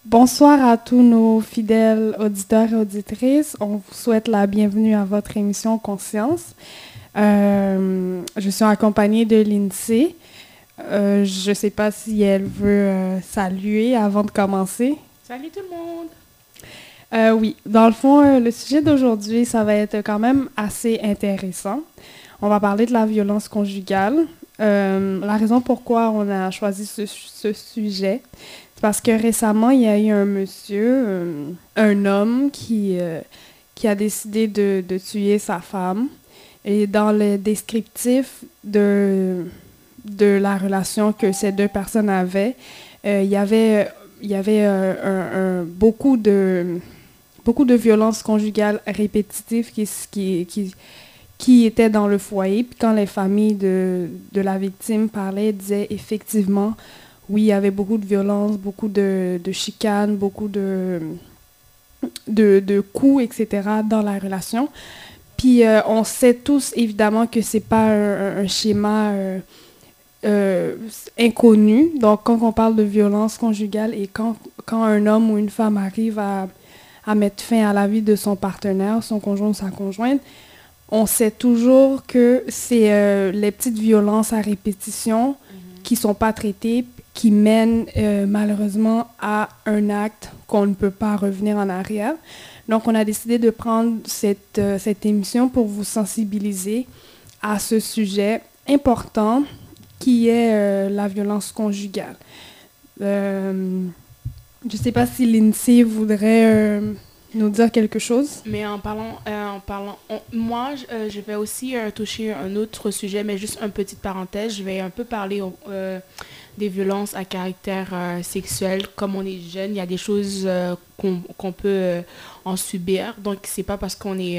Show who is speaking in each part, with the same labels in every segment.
Speaker 1: Bonsoir à tous nos fidèles auditeurs et auditrices. On vous souhaite la bienvenue à votre émission Conscience. Je suis accompagnée de Lindsay. Je ne sais pas si elle veut saluer avant de commencer.
Speaker 2: Salut tout le monde!
Speaker 1: Oui, dans le fond, le sujet d'aujourd'hui, ça va être quand même assez intéressant. On va parler de la violence conjugale. La raison pourquoi on a choisi ce sujet, c'est parce que récemment, il y a eu un monsieur, un homme qui a décidé de tuer sa femme. Et dans le descriptif de la relation que ces deux personnes avaient, il y avait beaucoup de violences conjugales répétitives qui étaient dans le foyer. Puis quand les familles de la victime parlaient, disaient effectivement, oui, il y avait beaucoup de violences, beaucoup de chicanes, beaucoup de coups, etc. dans la relation. Puis on sait tous, évidemment, que c'est pas un schéma inconnu. Donc, quand on parle de violence conjugale et quand un homme ou une femme arrive à mettre fin à la vie de son partenaire, son conjoint ou sa conjointe, on sait toujours que c'est les petites violences à répétition qui ne sont pas traitées, qui mènent malheureusement à un acte qu'on ne peut pas revenir en arrière. Donc, on a décidé de prendre cette émission pour vous sensibiliser à ce sujet important qui est la violence conjugale. Je ne sais pas si Lindsay voudrait nous dire quelque chose.
Speaker 2: Mais moi, je vais aussi toucher un autre sujet, mais juste une petite parenthèse. Je vais un peu parler des violences à caractère sexuel. Comme on est jeune, il y a des choses qu'on peut en subir. Donc, c'est pas parce qu'on est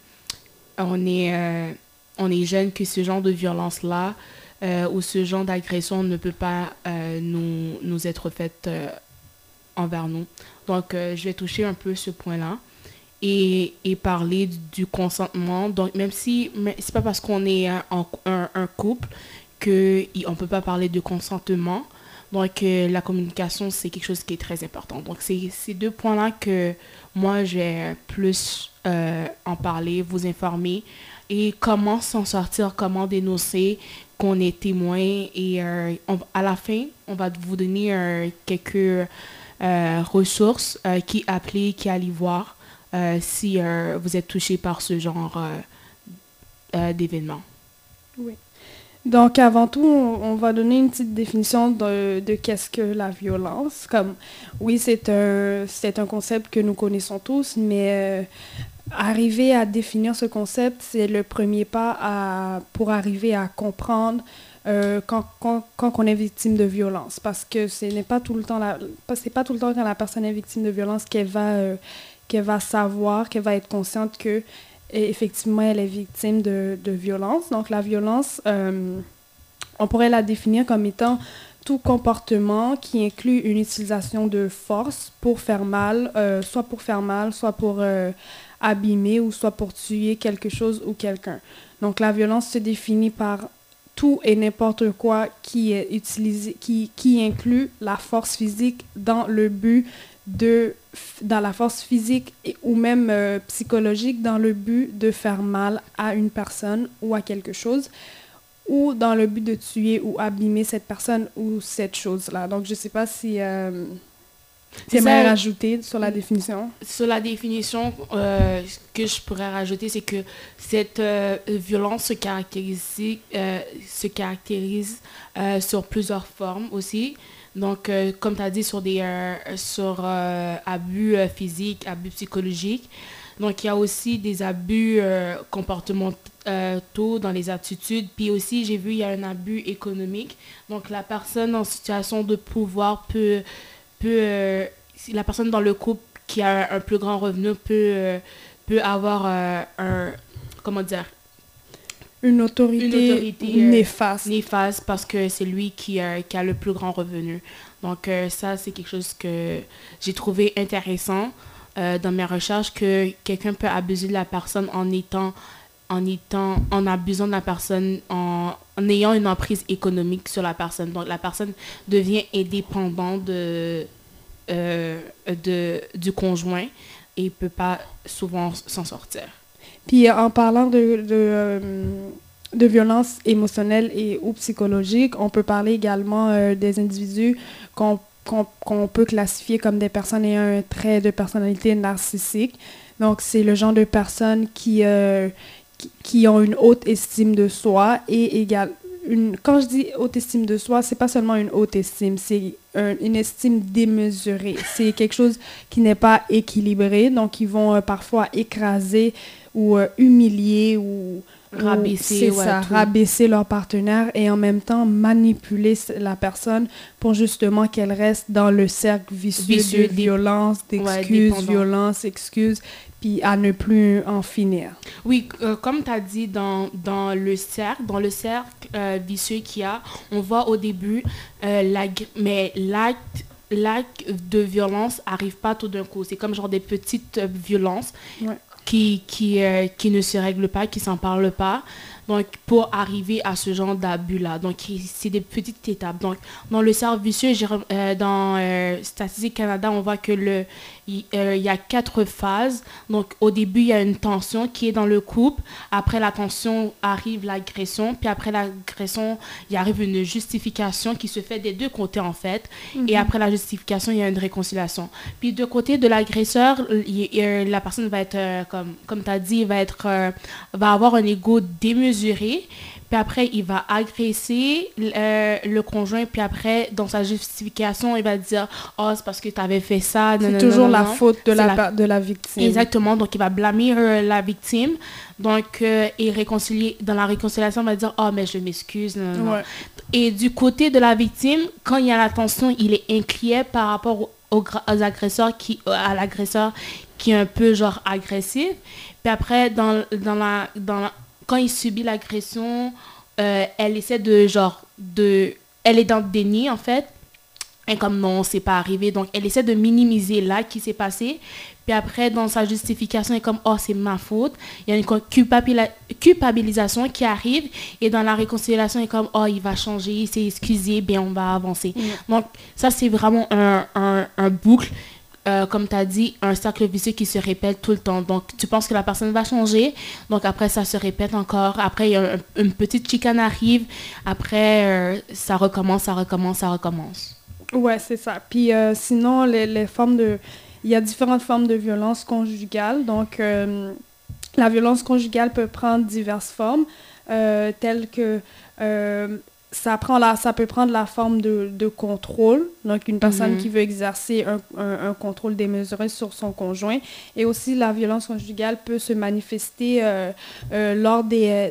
Speaker 2: jeune que ce genre de violence-là ou ce genre d'agression ne peut pas nous être faite envers nous. Donc, je vais toucher un peu ce point-là et parler du consentement. Donc, même si c'est pas parce qu'on est un couple qu'on ne peut pas parler de consentement. Donc, la communication, c'est quelque chose qui est très important. Donc, c'est ces deux points-là que moi, je vais plus en parler, vous informer et comment s'en sortir, comment dénoncer qu'on est témoin. Et à la fin, on va vous donner quelques ressources qui appeler, qui aller voir si vous êtes touché par ce genre d'événement. Oui.
Speaker 1: Donc, avant tout, on va donner une petite définition de qu'est-ce que la violence. Comme, oui, c'est un concept que nous connaissons tous, mais arriver à définir ce concept, c'est le premier pas pour arriver à comprendre quand on est victime de violence, parce que ce n'est pas tout le temps c'est pas tout le temps quand la personne est victime de violence qu'elle va savoir, qu'elle va être consciente que effectivement elle est victime de violence. Donc la violence, on pourrait la définir comme étant tout comportement qui inclut une utilisation de force pour faire mal, soit pour abîmer ou soit pour tuer quelque chose ou quelqu'un. Donc la violence se définit par tout et n'importe quoi qui est utilisé, qui inclut la force physique dans la force physique ou même psychologique dans le but de faire mal à une personne ou à quelque chose, ou dans le but de tuer ou abîmer cette personne ou cette chose-là. Donc, je ne sais pas si tu aimerais rajouter sur la définition.
Speaker 2: Sur la définition, ce que je pourrais rajouter, c'est que cette violence se caractérise sur plusieurs formes aussi. Donc, comme tu as dit, sur abus physiques, abus psychologiques. Donc, il y a aussi des abus comportementaux dans les attitudes. Puis aussi, j'ai vu, il y a un abus économique. Donc, la personne en situation de pouvoir la personne dans le couple qui a un plus grand revenu peut avoir
Speaker 1: une autorité
Speaker 2: néfaste parce que c'est lui qui a le plus grand revenu. Donc ça, c'est quelque chose que j'ai trouvé intéressant dans mes recherches, que quelqu'un peut abuser de la personne en abusant de la personne, en ayant une emprise économique sur la personne. Donc la personne devient indépendante du conjoint et il ne peut pas souvent s'en sortir.
Speaker 1: Puis en parlant de violence émotionnelle et ou psychologique, on peut parler également des individus qu'on peut classifier comme des personnes ayant un trait de personnalité narcissique. Donc, c'est le genre de personnes qui ont une haute estime de soi et quand je dis haute estime de soi, c'est pas seulement une haute estime, c'est une estime démesurée. C'est quelque chose qui n'est pas équilibré, donc ils vont parfois écraser ou humilier ou rabaisser leur partenaire et en même temps manipuler la personne pour justement qu'elle reste dans le cercle vicieux de violence, d'excuses, violence, excuses, puis à ne plus en finir.
Speaker 2: Oui, comme tu as dit, dans le cercle vicieux qu'il y a, on voit au début, mais l'acte de violence n'arrive pas tout d'un coup. C'est comme genre des petites violences qui ne se règlent pas, qui ne s'en parlent pas. Donc, pour arriver à ce genre d'abus-là. Donc, c'est des petites étapes. Donc, dans le cercle vicieux, dans Statistique Canada, on voit que il y a 4 phases. Donc, au début, il y a une tension qui est dans le couple. Après la tension, arrive l'agression. Puis après l'agression, il arrive une justification qui se fait des deux côtés, en fait. Mm-hmm. Et après la justification, il y a une réconciliation. Puis, de côté de l'agresseur, la personne va être, comme tu as dit, va avoir un ego démesuré. Puis après, il va agresser le conjoint. Puis après, dans sa justification, il va dire « Oh, c'est parce que tu avais fait ça. »
Speaker 1: C'est toujours la faute de la victime.
Speaker 2: Exactement. Donc, il va blâmer la victime. Donc, et réconcilier. Dans la réconciliation, il va dire « Oh, mais je m'excuse. » Ouais. Et du côté de la victime, quand il y a la tension, il est inquiet par rapport aux agresseurs à l'agresseur qui est un peu genre agressif. Puis après, quand il subit l'agression, elle essaie elle est dans le déni, en fait. Et comme non, c'est pas arrivé. Donc, elle essaie de minimiser l'acte qui s'est passé. Puis après, dans sa justification, elle est comme, oh, c'est ma faute. Il y a une culpabilisation qui arrive. Et dans la réconciliation, elle est comme, oh, il va changer, il s'est excusé, bien, on va avancer. Donc, ça, c'est vraiment un boucle. Comme tu as dit, un cercle vicieux qui se répète tout le temps. Donc, tu penses que la personne va changer. Donc, après, ça se répète encore. Après, il y a une petite chicane arrive. Après, ça recommence.
Speaker 1: Ouais, c'est ça. Puis, sinon, les formes il y a différentes formes de violence conjugale. Donc, la violence conjugale peut prendre diverses formes, telles que... ça peut prendre la forme de contrôle, donc une personne qui veut exercer un contrôle démesuré sur son conjoint. Et aussi, la violence conjugale peut se manifester lors des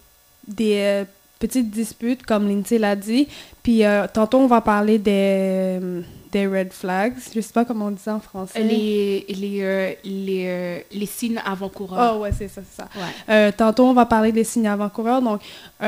Speaker 1: petites disputes, comme Lindsay l'a dit. Puis tantôt, on va parler des red flags. Je ne sais pas comment on dit ça en français.
Speaker 2: Les signes avant-coureurs.
Speaker 1: Oh, ouais, c'est ça. Ouais. Tantôt, on va parler des signes avant-coureurs. Donc,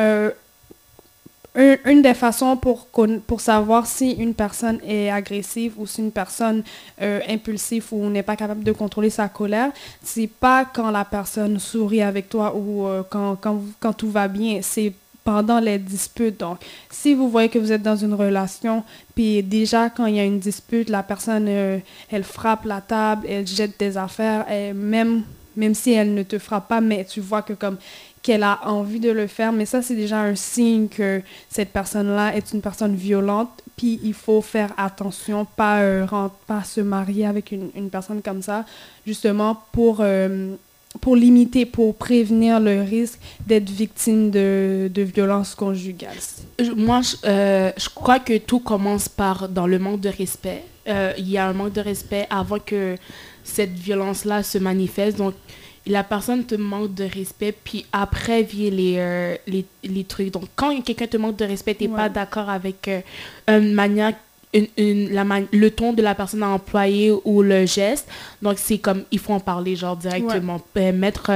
Speaker 1: une des façons pour savoir si une personne est agressive ou si une personne impulsive ou n'est pas capable de contrôler sa colère, c'est pas quand la personne sourit avec toi ou quand tout va bien, c'est pendant les disputes. Donc, si vous voyez que vous êtes dans une relation, puis déjà quand il y a une dispute, la personne, elle frappe la table, elle jette des affaires, et même si elle ne te frappe pas, mais tu vois qu'elle a envie de le faire, mais ça, c'est déjà un signe que cette personne-là est une personne violente, puis il faut faire attention, pas se marier avec une personne comme ça, justement pour limiter, pour prévenir le risque d'être victime de violences conjugales.
Speaker 2: Moi, je crois que tout commence dans le manque de respect. Il y a un manque de respect avant que cette violence-là se manifeste, donc la personne te manque de respect, puis après vient les trucs. Donc, quand quelqu'un te manque de respect, tu n'es pas d'accord avec une manière, le ton de la personne à employer ou le geste. Donc, c'est comme, il faut en parler, genre, directement. Ouais. Mettre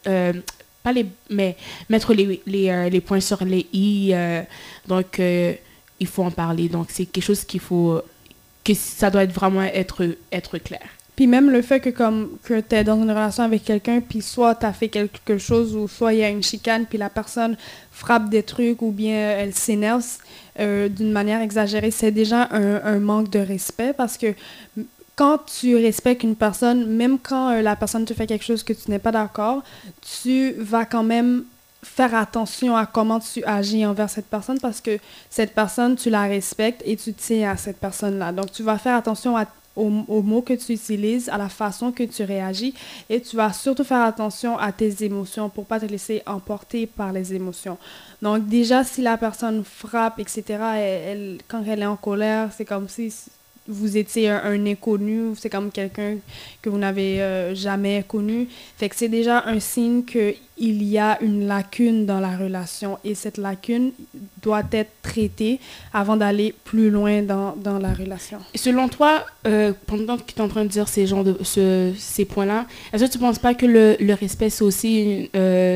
Speaker 2: les points sur les i. Donc, il faut en parler. Donc, c'est quelque chose que ça doit vraiment être clair.
Speaker 1: Puis même le fait que tu es dans une relation avec quelqu'un, puis soit tu as fait quelque chose, ou soit il y a une chicane, puis la personne frappe des trucs, ou bien elle s'énerve d'une manière exagérée, c'est déjà un manque de respect, parce que quand tu respectes une personne, même quand la personne te fait quelque chose que tu n'es pas d'accord, tu vas quand même faire attention à comment tu agis envers cette personne parce que cette personne, tu la respectes et tu tiens à cette personne-là. Donc, tu vas faire attention aux mots que tu utilises, à la façon que tu réagis et tu vas surtout faire attention à tes émotions pour pas te laisser emporter par les émotions. Donc, déjà, si la personne frappe, etc., quand elle est en colère, c'est comme si vous étiez un inconnu, c'est comme quelqu'un que vous n'avez jamais connu. Fait que c'est déjà un signe qu'il y a une lacune dans la relation et cette lacune doit être traitée avant d'aller plus loin dans la relation.
Speaker 2: Et selon toi, pendant que tu es en train de dire ces points-là, est-ce que tu ne penses pas que le respect, c'est aussi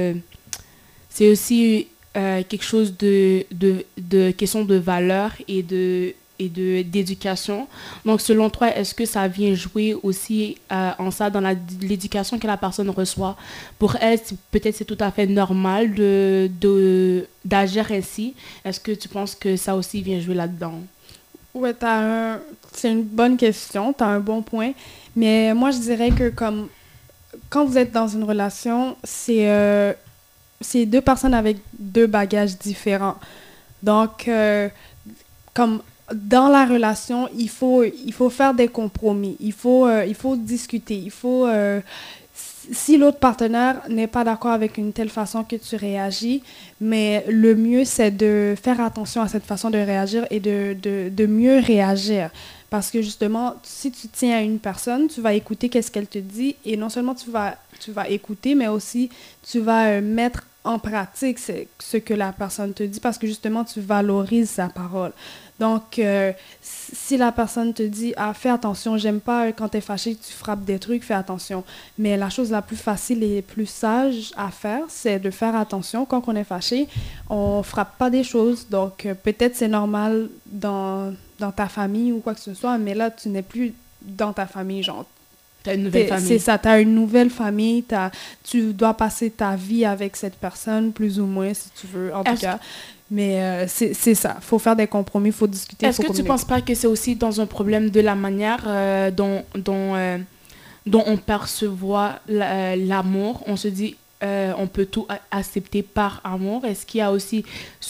Speaker 2: quelque chose de question de valeur et d'éducation. Donc, selon toi, est-ce que ça vient jouer aussi en ça dans l'éducation que la personne reçoit? Pour elle, peut-être c'est tout à fait normal d'agir ainsi. Est-ce que tu penses que ça aussi vient jouer là-dedans?
Speaker 1: Ouais, c'est une bonne question, tu as un bon point. Mais moi, je dirais que comme quand vous êtes dans une relation, c'est deux personnes avec deux bagages différents. Donc, comme dans la relation, il faut faire des compromis. Il faut discuter. Si l'autre partenaire n'est pas d'accord avec une telle façon que tu réagis, mais le mieux, c'est de faire attention à cette façon de réagir et de mieux réagir. Parce que justement, si tu tiens à une personne, tu vas écouter qu'est-ce qu'elle te dit et non seulement tu vas écouter, mais aussi tu vas mettre en pratique ce que la personne te dit parce que justement, tu valorises sa parole. Donc, si la personne te dit « Ah, fais attention, j'aime pas quand t'es fâché, tu frappes des trucs, fais attention. » Mais la chose la plus facile et plus sage à faire, c'est de faire attention. Quand on est fâché, on frappe pas des choses. Donc, peut-être c'est normal dans ta famille ou quoi que ce soit, mais là, tu n'es plus dans ta famille, genre.
Speaker 2: T'as une nouvelle famille.
Speaker 1: C'est ça, t'as une nouvelle famille, tu dois passer ta vie avec cette personne, plus ou moins, si tu veux, en tout cas. Mais c'est ça, il faut faire des compromis, il faut discuter.
Speaker 2: Est-ce que tu ne penses pas que c'est aussi dans un problème de la manière dont on perçoit l'amour? On se dit, on peut tout accepter par amour. Est-ce qu'il y a aussi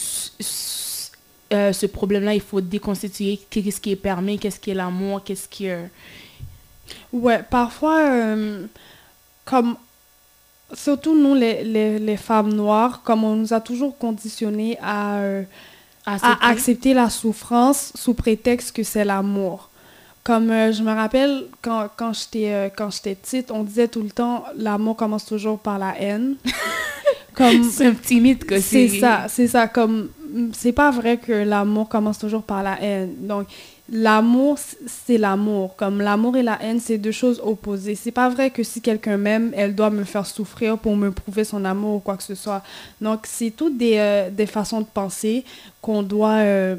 Speaker 2: ce problème-là, il faut déconstituer qu'est-ce qui est permis, qu'est-ce qui est l'amour, qu'est-ce qui est...
Speaker 1: Ouais, parfois, comme... Surtout nous, les femmes noires, comme on nous a toujours conditionnés à accepter la souffrance sous prétexte que c'est l'amour. Comme je me rappelle, quand j'étais petite, on disait tout le temps « l'amour commence toujours par la haine ».
Speaker 2: C'est un petit mythe que
Speaker 1: c'est ça. Comme, c'est pas vrai que l'amour commence toujours par la haine. Donc, l'amour, c'est l'amour. Comme l'amour et la haine, c'est deux choses opposées. C'est pas vrai que si quelqu'un m'aime, elle doit me faire souffrir pour me prouver son amour ou quoi que ce soit. Donc, c'est toutes des façons de penser qu'on doit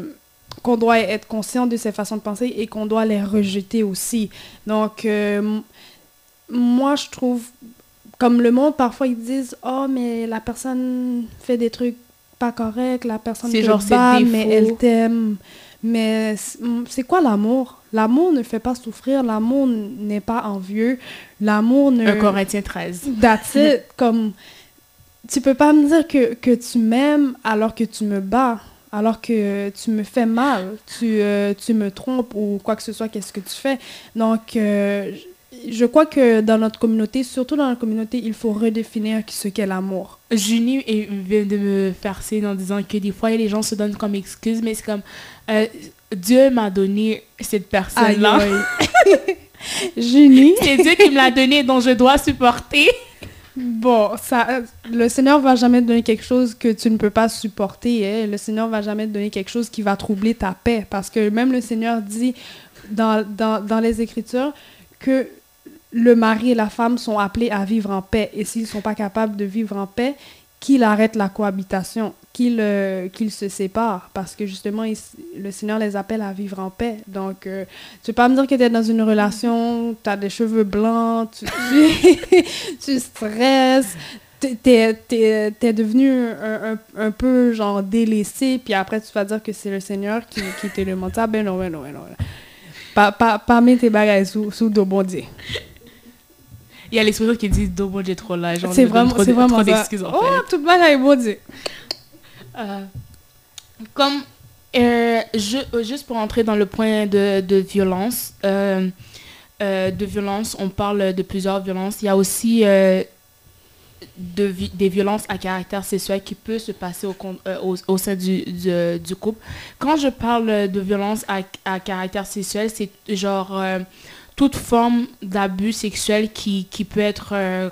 Speaker 1: être conscient de ces façons de penser et qu'on doit les rejeter aussi. Donc, moi, je trouve... Comme le monde, parfois, ils disent « Oh, mais la personne fait des trucs pas corrects, la personne te bat, mais elle t'aime. » Mais c'est quoi l'amour? L'amour ne fait pas souffrir, l'amour n'est pas envieux, l'amour ne...
Speaker 2: 1 Corinthiens 13.
Speaker 1: That's it. Comme, tu peux pas me dire que tu m'aimes alors que tu me bats, alors que tu me fais mal, tu me trompes ou quoi que ce soit, qu'est-ce que tu fais? Donc... je crois que dans notre communauté, surtout dans notre communauté, il faut redéfinir ce qu'est l'amour.
Speaker 2: Junie vient de me faire signe en disant que des fois, les gens se donnent comme excuse, mais c'est comme Dieu m'a donné cette personne-là.
Speaker 1: Junie.
Speaker 2: C'est Dieu qui me l'a donné, dont je dois supporter.
Speaker 1: Bon, le Seigneur va jamais te donner quelque chose que tu ne peux pas supporter. Hein? Le Seigneur va jamais te donner quelque chose qui va troubler ta paix. Parce que même le Seigneur dit dans les Écritures que le mari et la femme sont appelés à vivre en paix. Et s'ils ne sont pas capables de vivre en paix, qu'il arrête la cohabitation, qu'il se séparent. Parce que justement, le Seigneur les appelle à vivre en paix. Donc, tu ne peux pas me dire que tu es dans une relation, tu as des cheveux blancs, tu stresses, t'es devenu un peu genre délaissé, puis après tu vas dire que c'est le Seigneur qui te le montre. Ah ben non. Pas mettre tes bagages sous dos bon Dieu.
Speaker 2: Il y a l'expression qui dit « Dobo, j'ai trop là ».
Speaker 1: C'est vraiment
Speaker 2: trop
Speaker 1: ça.
Speaker 2: d'excuses, en fait.
Speaker 1: Oh, tout bagaille bon Dieu.
Speaker 2: Comme, juste pour entrer dans le point de violence, on parle de plusieurs violences. Il y a aussi des violences à caractère sexuel qui peut se passer au sein du couple. Quand je parle de violence à caractère sexuel, c'est genre toute forme d'abus sexuel qui peut être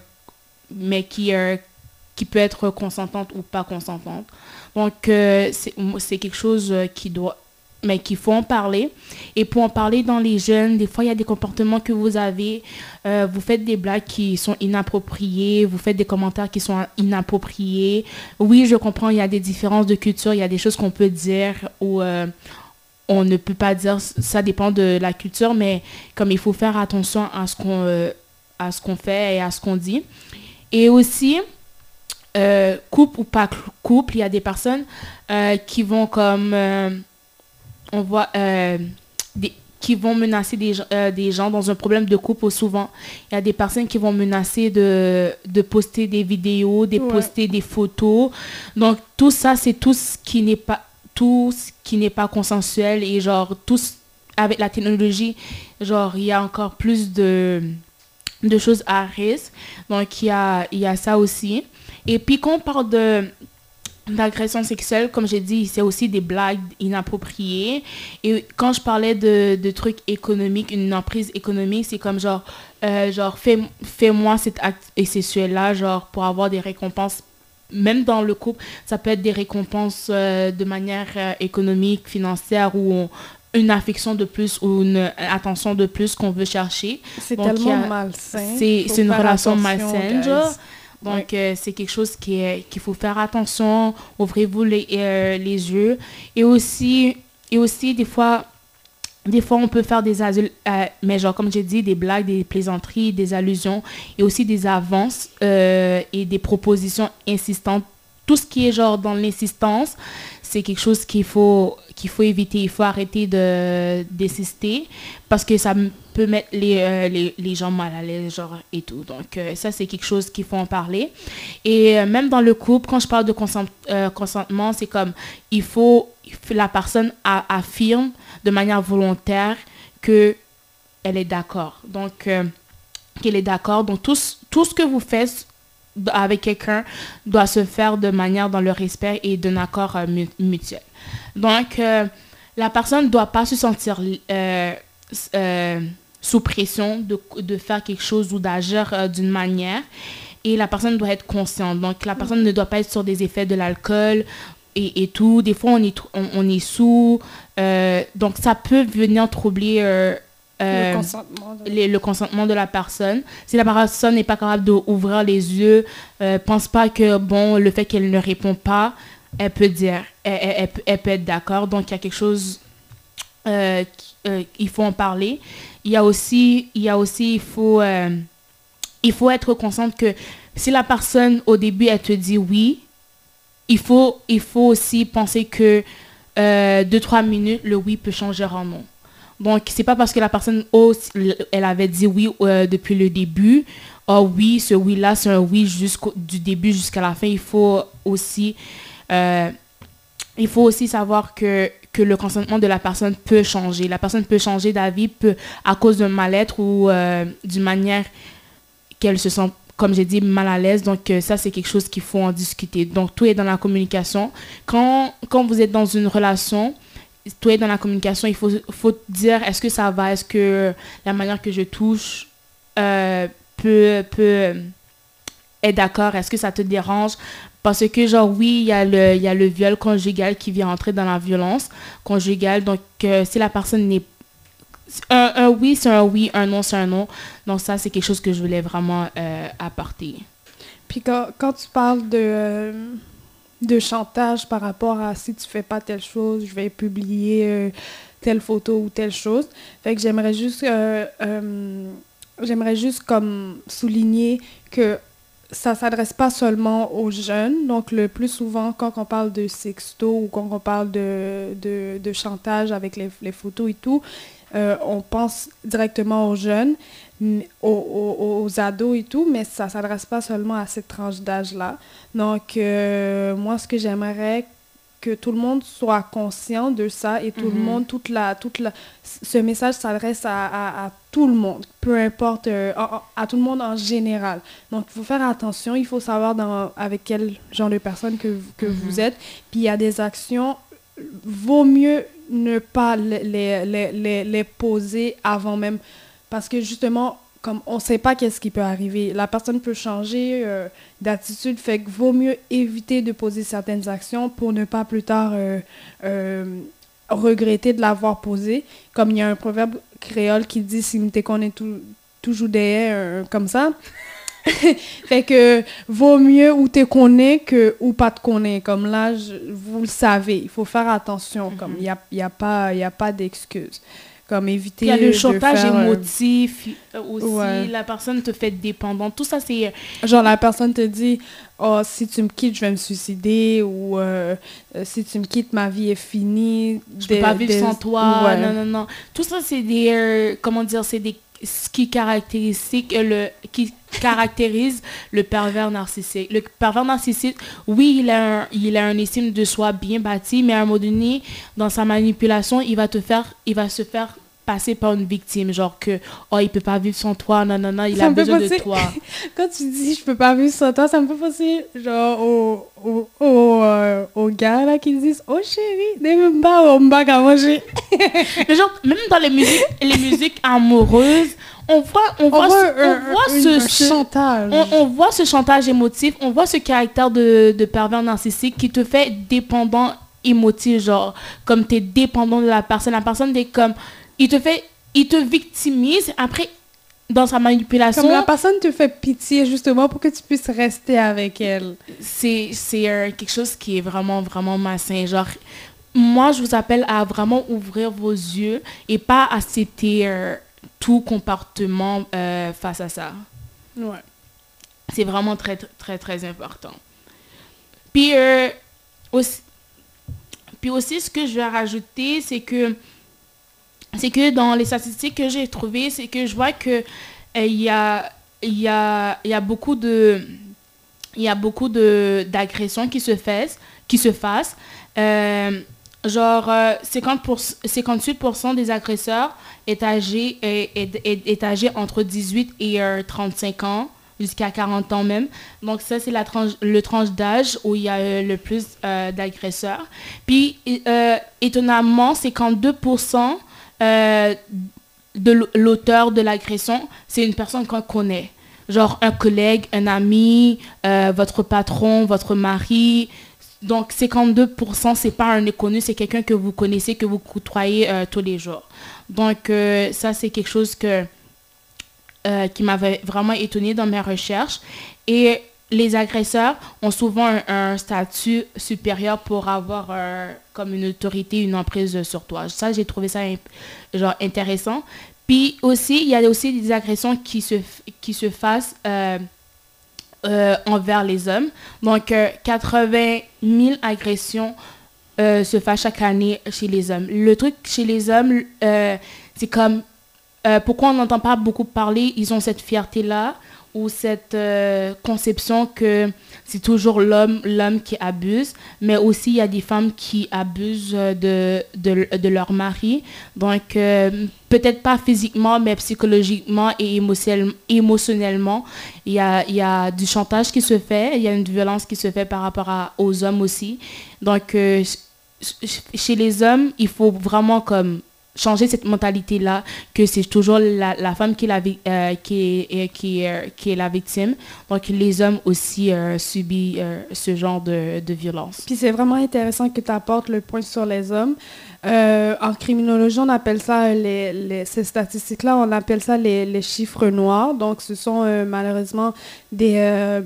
Speaker 2: qui peut être consentante ou pas consentante. Donc c'est quelque chose qu'il faut en parler. Et pour en parler dans les jeunes, des fois, il y a des comportements que vous avez. Vous faites des blagues qui sont inappropriées. Vous faites des commentaires qui sont inappropriés. Oui, je comprends, il y a des différences de culture. Il y a des choses qu'on peut dire ou on ne peut pas dire. Ça dépend de la culture, mais comme il faut faire attention à ce qu'on fait et à ce qu'on dit. Et aussi, couple ou pas couple, il y a des personnes qui vont comme... on voit qui vont menacer des gens dans un problème de couple. Souvent, il y a des personnes qui vont menacer de poster des vidéos, de poster des photos. Donc, tout ça, c'est tout ce qui n'est pas consensuel. Et genre, avec la technologie, genre, il y a encore plus de choses à risque. Donc, il y a ça aussi. Et puis, quand on parle d'agression sexuelle, comme j'ai dit, c'est aussi des blagues inappropriées. Et quand je parlais de trucs économiques, une emprise économique, c'est comme genre fais-moi cet acte sexuel-là, genre pour avoir des récompenses. Même dans le couple, ça peut être des récompenses de manière économique, financière, ou une affection de plus ou une attention de plus qu'on veut chercher.
Speaker 1: C'est tellement malsain.
Speaker 2: C'est une relation malsaine, genre. Donc, c'est quelque chose qu'il faut faire attention. Ouvrez-vous les yeux. Et aussi, des fois, on peut faire des mais genre, comme j'ai dit, des blagues, des plaisanteries, des allusions et aussi des avances et des propositions insistantes. Tout ce qui est genre dans l'insistance, c'est quelque chose qu'il faut éviter. Il faut arrêter d'insister parce que ça peut mettre les gens mal à l'aise, genre, et tout. Donc, ça, c'est quelque chose qu'il faut en parler. Et même dans le couple, quand je parle de consentement, c'est comme, la personne affirme de manière volontaire qu'elle est d'accord. Donc, qu'elle est d'accord. Donc, tout ce que vous faites avec quelqu'un doit se faire de manière dans le respect et d'un accord mutuel. Donc, la personne ne doit pas se sentir sous pression de faire quelque chose ou d'agir d'une manière. Et la personne doit être consciente. Donc, la personne ne doit pas être sur des effets de l'alcool et tout. Des fois, on est sous. Donc, ça peut venir troubler le consentement de la personne. Si la personne n'est pas capable d'ouvrir les yeux, pense pas que, bon, le fait qu'elle ne répond pas, elle peut dire, elle peut être d'accord. Donc, il y a quelque chose, il faut en parler. Il faut être consciente que si la personne, au début, elle te dit oui, il faut aussi penser que 2-3 minutes, le oui peut changer en non. Donc, c'est pas parce que la personne, elle avait dit oui depuis le début. Oui, ce oui-là, c'est un oui du début jusqu'à la fin. Il faut aussi savoir que le consentement de la personne peut changer. La personne peut changer d'avis à cause d'un mal-être ou d'une manière qu'elle se sent, comme j'ai dit, mal à l'aise. Donc, ça, c'est quelque chose qu'il faut en discuter. Donc, tout est dans la communication. Quand vous êtes dans une relation, tout est dans la communication. Il faut dire, est-ce que ça va? Est-ce que la manière que je touche peut être d'accord? Est-ce que ça te dérange? Parce que, genre, oui, il y a le viol conjugal qui vient entrer dans la violence conjugale. Donc, si la personne n'est... Un oui, c'est un oui. Un non, c'est un non. Donc, ça, c'est quelque chose que je voulais vraiment apporter.
Speaker 1: Puis, quand tu parles de chantage par rapport à si tu fais pas telle chose, je vais publier telle photo ou telle chose. Fait que j'aimerais juste comme souligner que ça s'adresse pas seulement aux jeunes. Donc, le plus souvent, quand on parle de sexto ou quand on parle de chantage avec les photos et tout, on pense directement aux jeunes, aux ados et tout, mais ça ne s'adresse pas seulement à cette tranche d'âge-là. Donc, moi, ce que j'aimerais que tout le monde soit conscient de ça et tout le monde, ce message s'adresse à tout le monde, peu importe, à tout le monde en général. Donc, il faut faire attention, il faut savoir avec quel genre de personne que vous êtes. Puis, il y a des actions, vaut mieux ne pas les poser avant même, parce que justement, comme on ne sait pas qu'est-ce qui peut arriver. La personne peut changer d'attitude, fait que vaut mieux éviter de poser certaines actions pour ne pas plus tard regretter de l'avoir posée. Comme il y a un proverbe créole qui dit « Si m'te connais toujours derrière comme ça ». Fait que vaut mieux ou te connais que ou pas te connais. Comme là, vous le savez, il faut faire attention. Comme il y a pas d'excuses. Comme éviter.
Speaker 2: Il y a le
Speaker 1: de
Speaker 2: chantage
Speaker 1: faire,
Speaker 2: émotif aussi,
Speaker 1: ouais.
Speaker 2: la personne te fait dépendant. Tout ça, c'est...
Speaker 1: Genre, la personne te dit « Oh, si tu me quittes, je vais me suicider » ou si tu me quittes, ma vie est finie. »
Speaker 2: Je peux pas vivre sans toi.
Speaker 1: Ouais.
Speaker 2: Non. Tout ça, c'est des... comment dire? C'est des... Ce qui caractérise le pervers narcissique. Le pervers narcissique, oui, il a un estime de soi bien bâti, mais à un moment donné, dans sa manipulation, il va se faire passer par une victime, genre que oh, il peut pas vivre sans toi, non, il a besoin de toi.
Speaker 1: Quand tu dis je peux pas vivre sans toi, ça me fait penser genre aux gars là qui disent oh chérie, n'aime pas on m'a qu'à manger.
Speaker 2: Mais genre même dans les musiques amoureuses, on voit ce
Speaker 1: chantage.
Speaker 2: On voit ce chantage émotif, on voit ce caractère de pervers narcissique qui te fait dépendant émotif, genre comme tu es dépendant de la personne est comme il te victimise, après dans sa manipulation.
Speaker 1: Comme la personne te fait pitié justement pour que tu puisses rester avec elle.
Speaker 2: C'est quelque chose qui est vraiment, vraiment malsain. Genre, moi, je vous appelle à vraiment ouvrir vos yeux et pas accepter tout comportement face à ça.
Speaker 1: Ouais.
Speaker 2: C'est vraiment très, très, très important. Puis aussi, ce que je vais rajouter, c'est que dans les statistiques que j'ai trouvées, c'est que je vois que il y a beaucoup d'agressions qui se fassent. Genre 58% des agresseurs est âgé entre 18 et 35 ans, jusqu'à 40 ans même. Donc ça, c'est le tranche d'âge où il y a le plus d'agresseurs. Puis, étonnamment, 52% de l'auteur de l'agression, c'est une personne qu'on connaît. Genre un collègue, un ami, votre patron, votre mari. Donc 52%, c'est pas un inconnu, c'est quelqu'un que vous connaissez, que vous côtoyez tous les jours. Donc ça, c'est quelque chose qui m'avait vraiment étonnée dans mes recherches. Et les agresseurs ont souvent un statut supérieur pour avoir comme une autorité, une emprise sur toi. Ça, j'ai trouvé ça genre intéressant. Puis aussi, il y a aussi des agressions qui se fassent envers les hommes. Donc, 80 000 agressions se font chaque année chez les hommes. Le truc chez les hommes, c'est comme... pourquoi on n'entend pas beaucoup parler, ils ont cette fierté-là, ou cette conception que c'est toujours l'homme qui abuse, mais aussi il y a des femmes qui abusent de leur mari. Donc, peut-être pas physiquement, mais psychologiquement et émotionnellement, il y a du chantage qui se fait, il y a une violence qui se fait par rapport aux hommes aussi. Donc, chez les hommes, il faut vraiment comme changer cette mentalité-là, que c'est toujours la femme qui est la victime. Donc, les hommes aussi subissent ce genre de violence.
Speaker 1: Puis c'est vraiment intéressant que tu apportes le point sur les hommes. En criminologie, on appelle ça, ces statistiques-là, on appelle ça les chiffres noirs. Donc, ce sont malheureusement des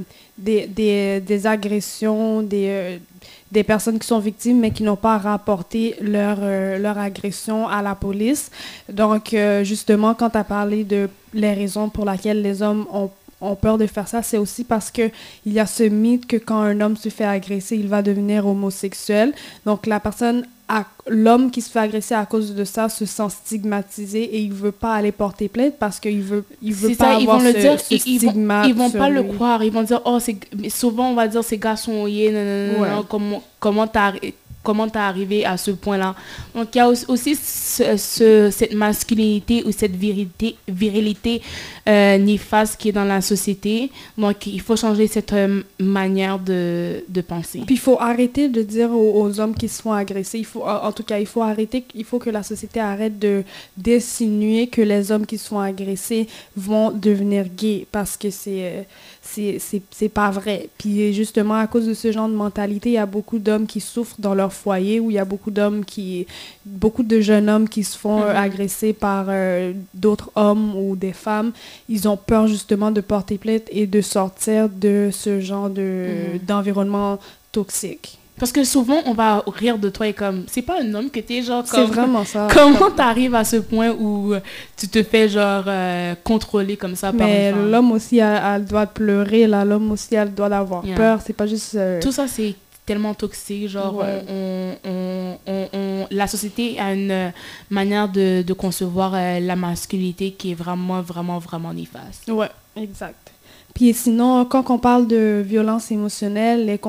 Speaker 1: agressions, des personnes qui sont victimes, mais qui n'ont pas rapporté leur agression à la police. Donc, justement, quand tu as parlé de les raisons pour lesquelles les hommes ont peur de faire ça, c'est aussi parce qu'il y a ce mythe que quand un homme se fait agresser, il va devenir homosexuel. Donc, la personne l'homme qui se fait agresser à cause de ça se sent stigmatisé et il veut pas aller porter plainte parce qu'il veut pas avoir ce stigmate.
Speaker 2: Ils vont pas le croire. Ils vont dire, oh, souvent on va dire, ces gars sont ouillés, comment t'es arrivé à ce point-là. Donc, il y a aussi cette masculinité ou cette virilité néfaste qui est dans la société. Donc, il faut changer cette manière de penser.
Speaker 1: Puis, il faut arrêter de dire aux hommes qui se font agresser. En tout cas, il faut que la société arrête d'insinuer que les hommes qui se font agresser vont devenir gays parce que c'est pas vrai. Puis, justement, à cause de ce genre de mentalité, il y a beaucoup d'hommes qui souffrent dans leur foyer où il y a beaucoup de jeunes hommes qui se font agresser par d'autres hommes ou des femmes. Ils ont peur justement de porter plainte et de sortir de ce genre d'environnement toxique.
Speaker 2: Parce que souvent, on va rire de toi et comme, c'est pas un homme que t'es genre comme...
Speaker 1: C'est vraiment ça.
Speaker 2: Comment t'arrives à ce point où tu te fais genre contrôler comme ça par une femme?
Speaker 1: Mais l'homme aussi a le droit de pleurer, là. L'homme aussi a le droit d'avoir peur. C'est pas juste...
Speaker 2: Tout ça, c'est tellement toxique, genre la société a une manière de concevoir la masculinité qui est vraiment, vraiment, vraiment néfaste.
Speaker 1: Ouais, exact. Puis sinon, quand on parle de violence émotionnelle,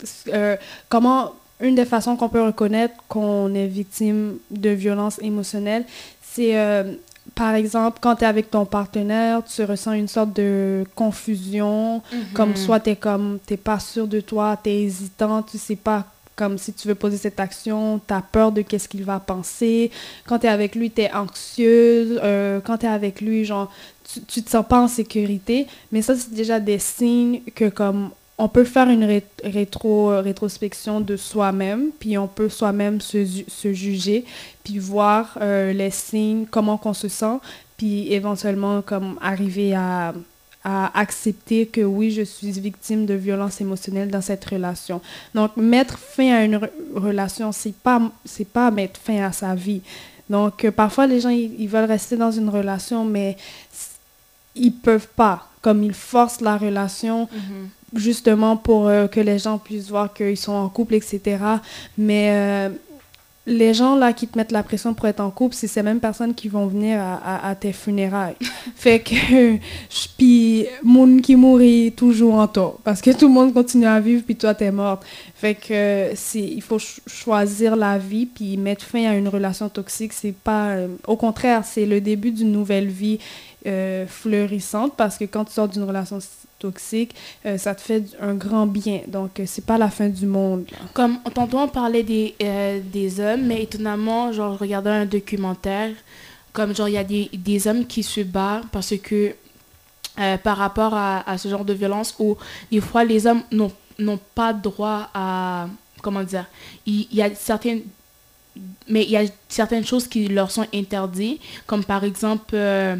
Speaker 1: une des façons qu'on peut reconnaître qu'on est victime de violence émotionnelle, c'est par exemple, quand tu es avec ton partenaire, tu ressens une sorte de confusion, comme soit t'es pas sûr de toi, t'es hésitant, tu sais pas comme si tu veux poser cette action, t'as peur de qu'est-ce qu'il va penser. Quand t'es avec lui, t'es anxieuse. Quand t'es avec lui, genre, tu te sens pas en sécurité. Mais ça, c'est déjà des signes que comme on peut faire une rétrospection de soi-même, puis on peut soi-même se juger, puis voir les signes, comment qu'on se sent, puis éventuellement comme arriver à accepter que oui, je suis victime de violence émotionnelle dans cette relation. Donc, mettre fin à une relation, c'est pas mettre fin à sa vie. Donc, parfois, les gens, ils veulent rester dans une relation, mais ils peuvent pas. Comme ils forcent la relation justement pour que les gens puissent voir qu'ils sont en couple, etc. Mais les gens là qui te mettent la pression pour être en couple, c'est ces mêmes personnes qui vont venir à tes funérailles. Fait que, puis, moun qui mourit toujours en toi. Parce que tout le monde continue à vivre, puis toi, t'es morte. Fait que, il faut choisir la vie, puis mettre fin à une relation toxique. C'est pas... au contraire, c'est le début d'une nouvelle vie fleurissante, parce que quand tu sors d'une relation toxique, ça te fait un grand bien. Donc, c'est pas la fin du monde. Là.
Speaker 2: Comme, tantôt, on parlait des hommes, mais étonnamment, genre, je regardais un documentaire, comme, genre, il y a des hommes qui se battent parce que, par rapport à ce genre de violence, où, des fois, les hommes n'ont pas droit à... Comment dire? Il y a certaines... Mais il y a certaines choses qui leur sont interdites, comme, par exemple...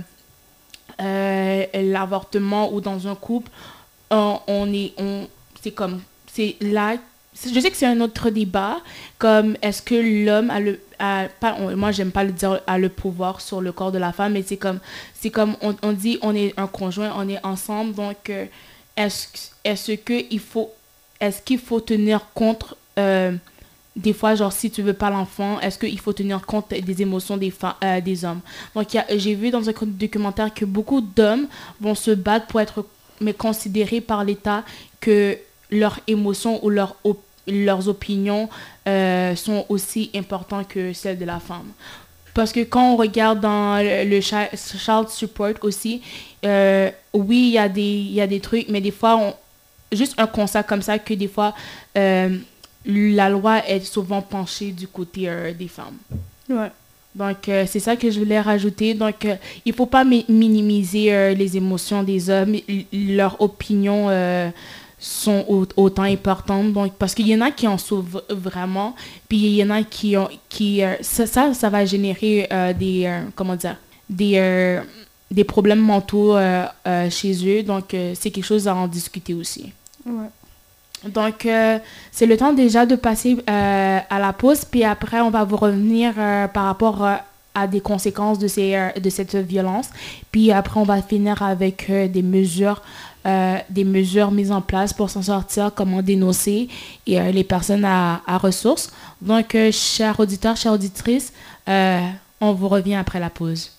Speaker 2: l'avortement ou dans un couple, c'est là, je sais que c'est un autre débat, comme est-ce que l'homme moi j'aime pas le dire, a le pouvoir sur le corps de la femme, mais c'est comme on dit on est un conjoint, on est ensemble, donc est-ce qu'il faut tenir compte des fois, genre, si tu veux pas l'enfant, est-ce qu'il faut tenir compte des émotions des hommes? Donc, j'ai vu dans un documentaire que beaucoup d'hommes vont se battre pour être considérés par l'État que leurs émotions ou leurs opinions sont aussi importantes que celles de la femme. Parce que quand on regarde dans le child support aussi, oui, il y a des trucs, mais des fois, juste un constat comme ça que des fois... la loi est souvent penchée du côté des femmes.
Speaker 1: Ouais.
Speaker 2: Donc, c'est ça que je voulais rajouter. Donc, il ne faut pas minimiser les émotions des hommes. Leurs opinions sont autant importantes. Donc, parce qu'il y en a qui en souffrent vraiment. Puis, il y en a qui ça va générer des problèmes mentaux chez eux. Donc, c'est quelque chose à en discuter aussi.
Speaker 1: Ouais.
Speaker 2: Donc, c'est le temps déjà de passer à la pause, puis après, on va vous revenir par rapport à des conséquences de cette violence. Puis après, on va finir avec des mesures mises en place pour s'en sortir, comment dénoncer et les personnes à ressources. Donc, chers auditeurs, chères auditrices, on vous revient après la pause.